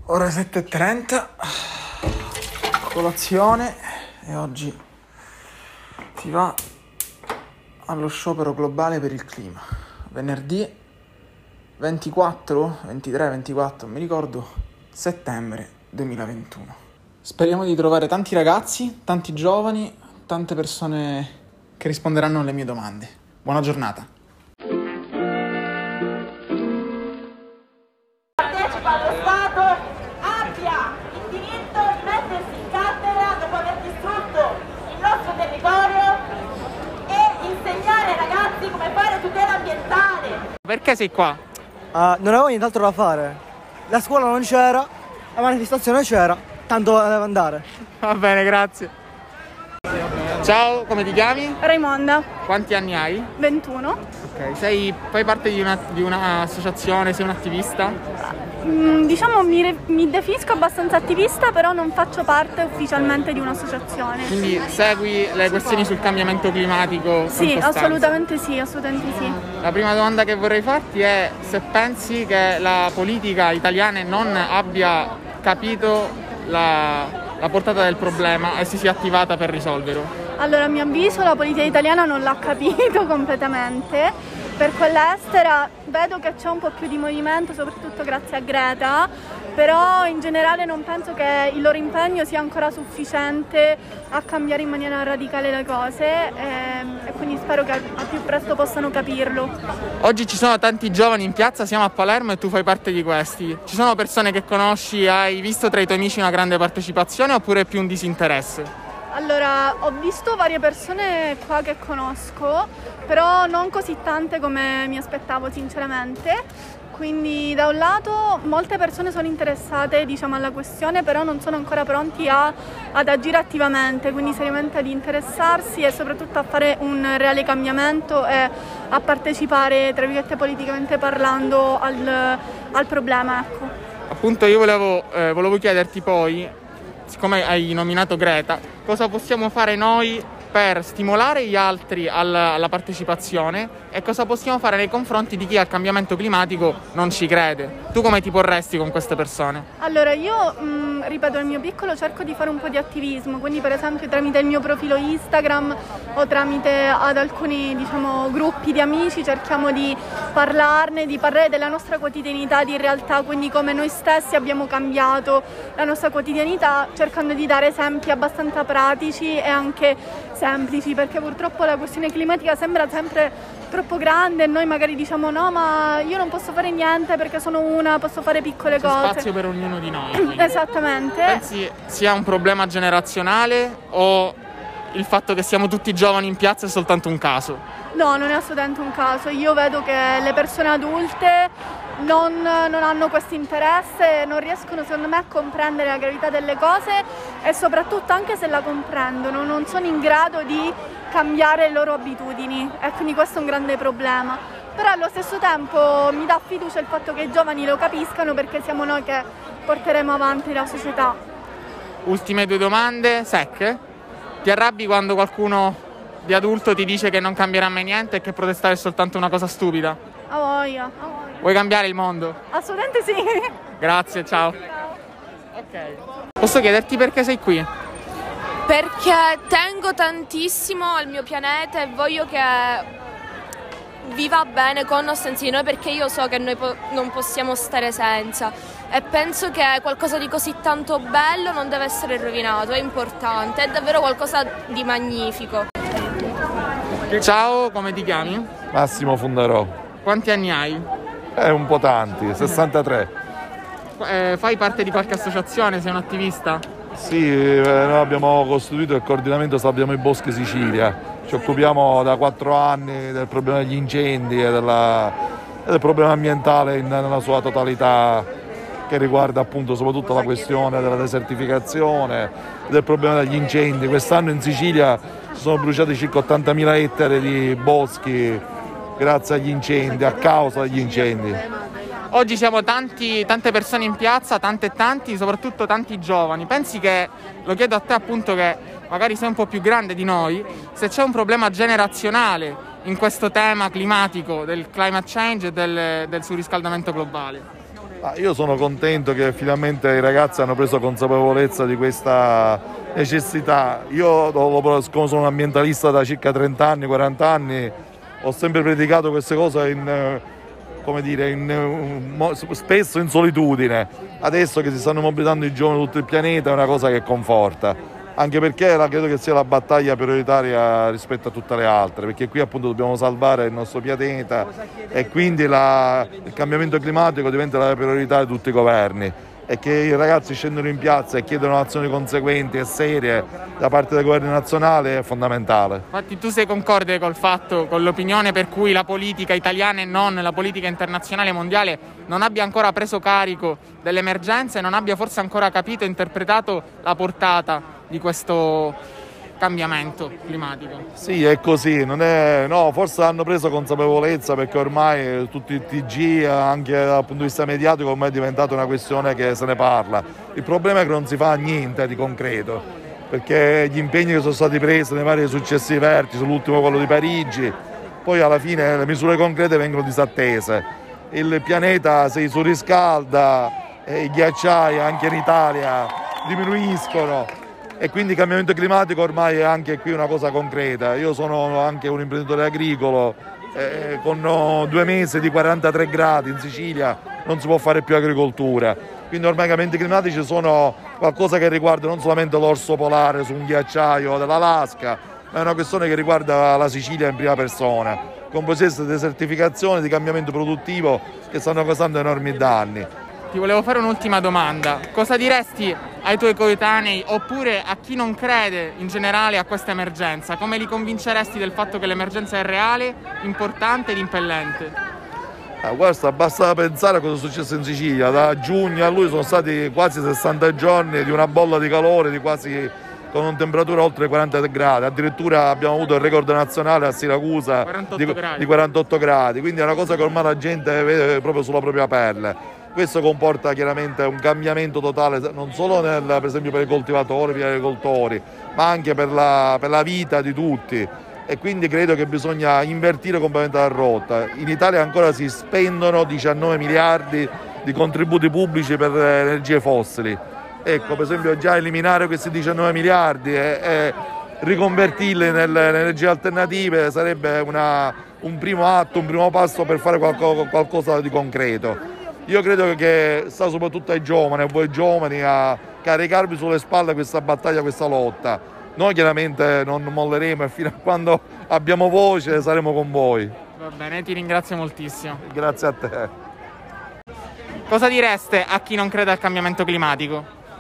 Ore 7:30, colazione e oggi si va allo sciopero globale per il clima. Venerdì 24, 23, 24, mi ricordo, settembre 2021. Speriamo di trovare tanti ragazzi, tanti giovani, tante persone che risponderanno alle mie domande. Buona giornata. Partecipa allo Stato abbia il diritto di mettersi in cattedra dopo aver distrutto il nostro territorio e insegnare ai ragazzi come fare tutela ambientale. Perché sei qua? Non avevo nient'altro da fare. La scuola non c'era, la manifestazione c'era, tanto devo andare. Va bene, grazie. Ciao, come ti chiami? Raimonda, Quanti anni hai? 21. Ok, fai parte di un'associazione, sei un attivista? Diciamo mi definisco abbastanza attivista, però non faccio parte ufficialmente di un'associazione. Quindi segui le questioni sul cambiamento climatico? Sì, con costanza? assolutamente sì. La prima domanda che vorrei farti è se pensi che la politica italiana non abbia capito la portata del problema e si sia attivata per risolverlo. Allora, a mio avviso la politica italiana non l'ha capito completamente. Per quella estera vedo che c'è un po' più di movimento, soprattutto grazie a Greta, però in generale non penso che il loro impegno sia ancora sufficiente a cambiare in maniera radicale le cose e quindi spero che al più presto possano capirlo. Oggi ci sono tanti giovani in piazza, siamo a Palermo e tu fai parte di questi. Ci sono persone che conosci, hai visto tra i tuoi amici una grande partecipazione oppure più un disinteresse? Allora, ho visto varie persone qua che conosco, però non così tante come mi aspettavo sinceramente. Quindi da un lato molte persone sono interessate, diciamo, alla questione, però non sono ancora pronti ad agire attivamente, quindi seriamente ad interessarsi e soprattutto a fare un reale cambiamento e a partecipare, tra virgolette, politicamente parlando al problema, ecco. Appunto io volevo chiederti poi, siccome hai nominato Greta, cosa possiamo fare noi per stimolare gli altri alla partecipazione e cosa possiamo fare nei confronti di chi al cambiamento climatico non ci crede. Tu come ti porresti con queste persone? Allora io, ripeto, nel mio piccolo cerco di fare un po' di attivismo, quindi per esempio tramite il mio profilo Instagram o tramite ad alcuni, diciamo, gruppi di amici cerchiamo di parlare della nostra quotidianità, di realtà, quindi come noi stessi abbiamo cambiato la nostra quotidianità, cercando di dare esempi abbastanza pratici e anche semplici, perché purtroppo la questione climatica sembra sempre troppo grande e noi magari diciamo no, ma io non posso fare niente perché sono posso fare piccole cose. C'è spazio per ognuno di noi. Quindi. Esattamente. Pensi sia un problema generazionale o il fatto che siamo tutti giovani in piazza è soltanto un caso? No, non è assolutamente un caso. Io vedo che le persone adulte non hanno questo interesse, non riescono secondo me a comprendere la gravità delle cose e soprattutto anche se la comprendono non sono in grado di cambiare le loro abitudini e quindi questo è un grande problema. Però allo stesso tempo mi dà fiducia il fatto che i giovani lo capiscano perché siamo noi che porteremo avanti la società. Ultime 2 domande secche. Ti arrabbi quando qualcuno di adulto ti dice che non cambierà mai niente e che protestare è soltanto una cosa stupida? A voglia. Vuoi cambiare il mondo? Assolutamente sì. Grazie, ciao. Ok. Posso chiederti perché sei qui? Perché tengo tantissimo al mio pianeta e voglio che viva bene con o senza di noi, perché io so che noi non possiamo stare senza e penso che qualcosa di così tanto bello non deve essere rovinato, è importante, è davvero qualcosa di magnifico. Ciao, come ti chiami? Massimo Fundarò. Quanti anni hai? Un po' tanti, 63. Fai parte di qualche associazione? Sei un attivista? Sì, noi abbiamo costituito il coordinamento Salviamo i Boschi Sicilia. Ci occupiamo da 4 anni del problema degli incendi e del problema ambientale nella sua totalità, che riguarda appunto soprattutto la questione della desertificazione, del problema degli incendi. Quest'anno in Sicilia si sono bruciati circa 80.000 ettari di boschi grazie agli incendi, a causa degli incendi. Oggi siamo tante persone in piazza, tanti, soprattutto tanti giovani. Pensi che, lo chiedo a te appunto che magari sei un po' più grande di noi, se c'è un problema generazionale in questo tema climatico, del climate change e del surriscaldamento globale? Io sono contento che finalmente i ragazzi hanno preso consapevolezza di questa necessità. Io sono un ambientalista da circa 30 anni, 40 anni, ho sempre predicato queste cose spesso in solitudine. Adesso che si stanno mobilitando i giovani di tutto il pianeta è una cosa che conforta. Anche perché credo che sia la battaglia prioritaria rispetto a tutte le altre, perché qui appunto dobbiamo salvare il nostro pianeta e quindi il cambiamento climatico diventa la priorità di tutti i governi, e che i ragazzi scendano in piazza e chiedono azioni conseguenti e serie da parte del governo nazionale è fondamentale. Infatti tu sei concorde col fatto, con l'opinione per cui la politica italiana e non la politica internazionale e mondiale non abbia ancora preso carico dell'emergenza e non abbia forse ancora capito e interpretato la portata di questo cambiamento climatico? Sì, è così, forse hanno preso consapevolezza, perché ormai tutti i TG, anche dal punto di vista mediatico, ormai è diventata una questione che se ne parla. Il problema è che non si fa niente di concreto, perché gli impegni che sono stati presi nei vari successivi vertici, l'ultimo quello di Parigi, poi alla fine le misure concrete vengono disattese. Il pianeta si surriscalda, i ghiacciai anche in Italia diminuiscono, e quindi il cambiamento climatico ormai è anche qui una cosa concreta. Io sono anche un imprenditore agricolo, con 2 mesi di 43 gradi in Sicilia non si può fare più agricoltura, quindi ormai i cambiamenti climatici sono qualcosa che riguarda non solamente l'orso polare su un ghiacciaio dell'Alaska, ma è una questione che riguarda la Sicilia in prima persona, con processi di desertificazione, di cambiamento produttivo che stanno causando enormi danni. Ti volevo fare un'ultima domanda. Cosa diresti ai tuoi coetanei oppure a chi non crede in generale a questa emergenza? Come li convinceresti del fatto che l'emergenza è reale, importante ed impellente? Guarda, basta pensare a cosa è successo in Sicilia. Da giugno a luglio sono stati quasi 60 giorni di una bolla di calore con una temperatura oltre 40 gradi. Addirittura abbiamo avuto il record nazionale a Siracusa 48 di 48 gradi. Quindi è una cosa che ormai la gente vede proprio sulla propria pelle. Questo comporta chiaramente un cambiamento totale, non solo per esempio per i coltivatori, per gli agricoltori, ma anche per la vita di tutti. E quindi credo che bisogna invertire completamente la rotta. In Italia ancora si spendono 19 miliardi di contributi pubblici per le energie fossili. Ecco, per esempio, già eliminare questi 19 miliardi e riconvertirli nelle energie alternative sarebbe un primo atto, un primo passo per fare qualcosa di concreto. Io credo che sta soprattutto ai giovani, a voi giovani, a caricarvi sulle spalle questa battaglia, questa lotta. Noi chiaramente non molleremo e fino a quando abbiamo voce saremo con voi. Va bene, ti ringrazio moltissimo. Grazie a te. Cosa direste a chi non crede al cambiamento climatico?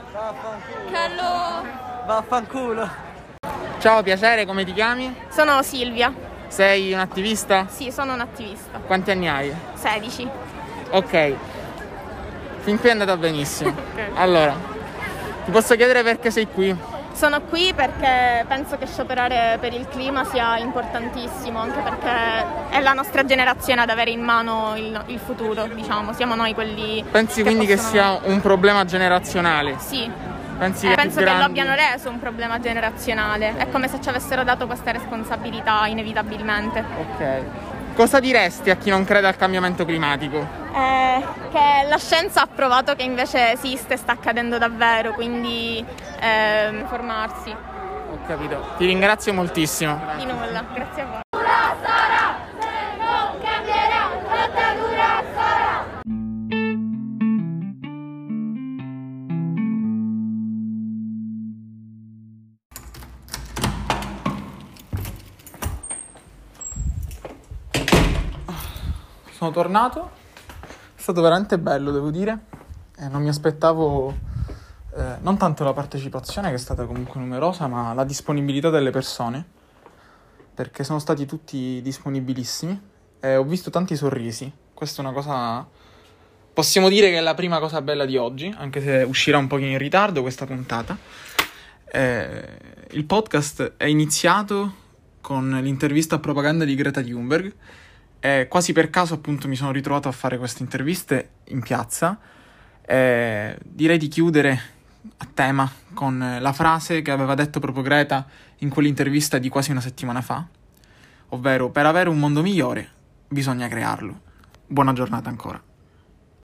Vaffanculo. Ciao, piacere, come ti chiami? Sono Silvia. Sei un attivista? Sì, sono un attivista. Quanti anni hai? 16. Ok, fin qui è andata benissimo. Okay. Allora, ti posso chiedere perché sei qui? Sono qui perché penso che scioperare per il clima sia importantissimo, anche perché è la nostra generazione ad avere in mano il futuro, diciamo, siamo noi quelli. Pensi quindi che sia un problema generazionale? Sì. Penso che lo abbiano reso un problema generazionale, è come se ci avessero dato questa responsabilità inevitabilmente. Ok. Cosa diresti a chi non crede al cambiamento climatico? Che la scienza ha provato che invece esiste e sta accadendo davvero, quindi informarsi. Ho capito. Ti ringrazio moltissimo. Di nulla, grazie a voi. Sono tornato, è stato veramente bello, devo dire, non mi aspettavo non tanto la partecipazione, che è stata comunque numerosa, ma la disponibilità delle persone, perché sono stati tutti disponibilissimi e ho visto tanti sorrisi. Questa è una cosa, possiamo dire che è la prima cosa bella di oggi, anche se uscirà un pochino in ritardo questa puntata. Il podcast è iniziato con l'intervista a propaganda di Greta Thunberg. Quasi per caso appunto mi sono ritrovato a fare queste interviste in piazza. Direi di chiudere a tema con la frase che aveva detto proprio Greta in quell'intervista di quasi una settimana fa, ovvero: per avere un mondo migliore bisogna crearlo. Buona giornata ancora.